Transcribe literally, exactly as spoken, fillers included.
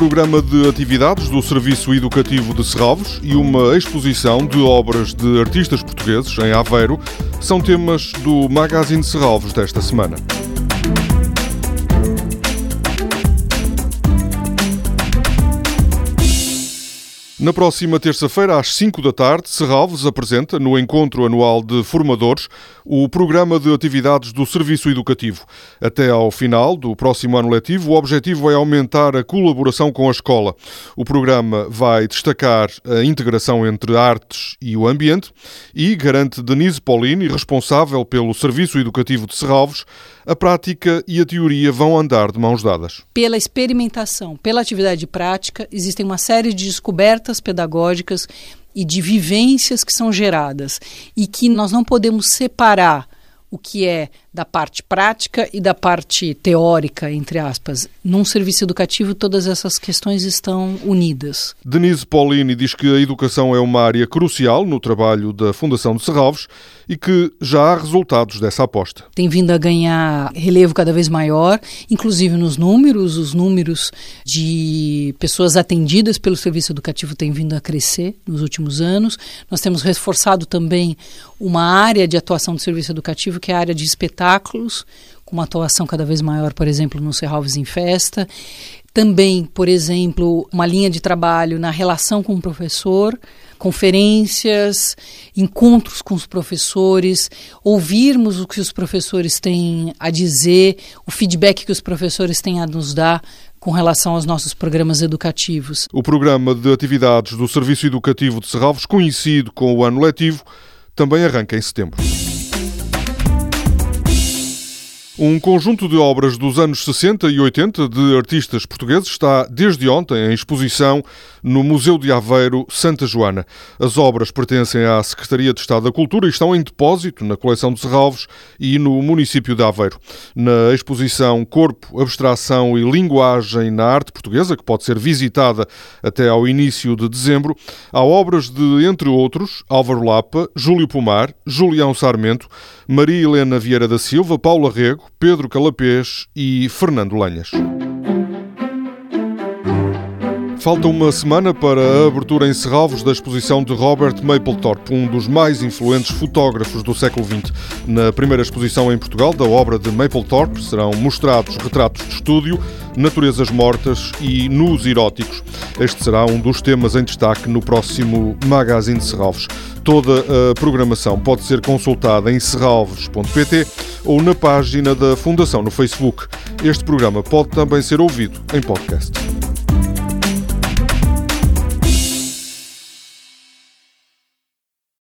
programa de atividades do Serviço Educativo de Serralves e uma exposição de obras de artistas portugueses em Aveiro são temas do Magazine Serralves desta semana. Na próxima terça-feira, às cinco da tarde, Serralves apresenta, no Encontro Anual de Formadores, o programa de atividades do Serviço Educativo. Até ao final do próximo ano letivo, o objetivo é aumentar a colaboração com a escola. O programa vai destacar a integração entre artes e o ambiente e garante Denise Paulini, responsável pelo Serviço Educativo de Serralves, a prática e a teoria vão andar de mãos dadas. Pela experimentação, pela atividade prática, existem uma série de descobertas pedagógicas e de vivências que são geradas e que nós não podemos separar o que é da parte prática e da parte teórica, entre aspas. Num serviço educativo, todas essas questões estão unidas. Denise Paulini diz que a educação é uma área crucial no trabalho da Fundação de Serralves e que já há resultados dessa aposta. Tem vindo a ganhar relevo cada vez maior, inclusive nos números. Os números de pessoas atendidas pelo serviço educativo têm vindo a crescer nos últimos anos. Nós temos reforçado também uma área de atuação do serviço educativo, que é a área de espetáculos, com uma atuação cada vez maior, por exemplo, no Serralves em Festa. Também, por exemplo, uma linha de trabalho na relação com o professor, conferências, encontros com os professores, ouvirmos o que os professores têm a dizer, o feedback que os professores têm a nos dar com relação aos nossos programas educativos. O programa de atividades do Serviço Educativo de Serralves, coincide com o ano letivo, também arranca em setembro. Um conjunto de obras dos anos sessenta e oitenta de artistas portugueses está desde ontem em exposição no Museu de Aveiro Santa Joana. As obras pertencem à Secretaria de Estado da Cultura e estão em depósito na coleção de Serralves e no município de Aveiro. Na exposição Corpo, Abstração e Linguagem na Arte Portuguesa, que pode ser visitada até ao início de dezembro, há obras de, entre outros, Álvaro Lapa, Júlio Pomar, Julião Sarmento, Maria Helena Vieira da Silva, Paula Rego, Pedro Calapés e Fernando Lanhas. Falta uma semana para a abertura em Serralves da exposição de Robert Mapplethorpe, um dos mais influentes fotógrafos do século vinte. Na primeira exposição em Portugal da obra de Mapplethorpe serão mostrados retratos de estúdio, naturezas mortas e nus eróticos. Este será um dos temas em destaque no próximo Magazine de Serralves. Toda a programação pode ser consultada em serralves ponto pt ou na página da Fundação no Facebook. Este programa pode também ser ouvido em podcast.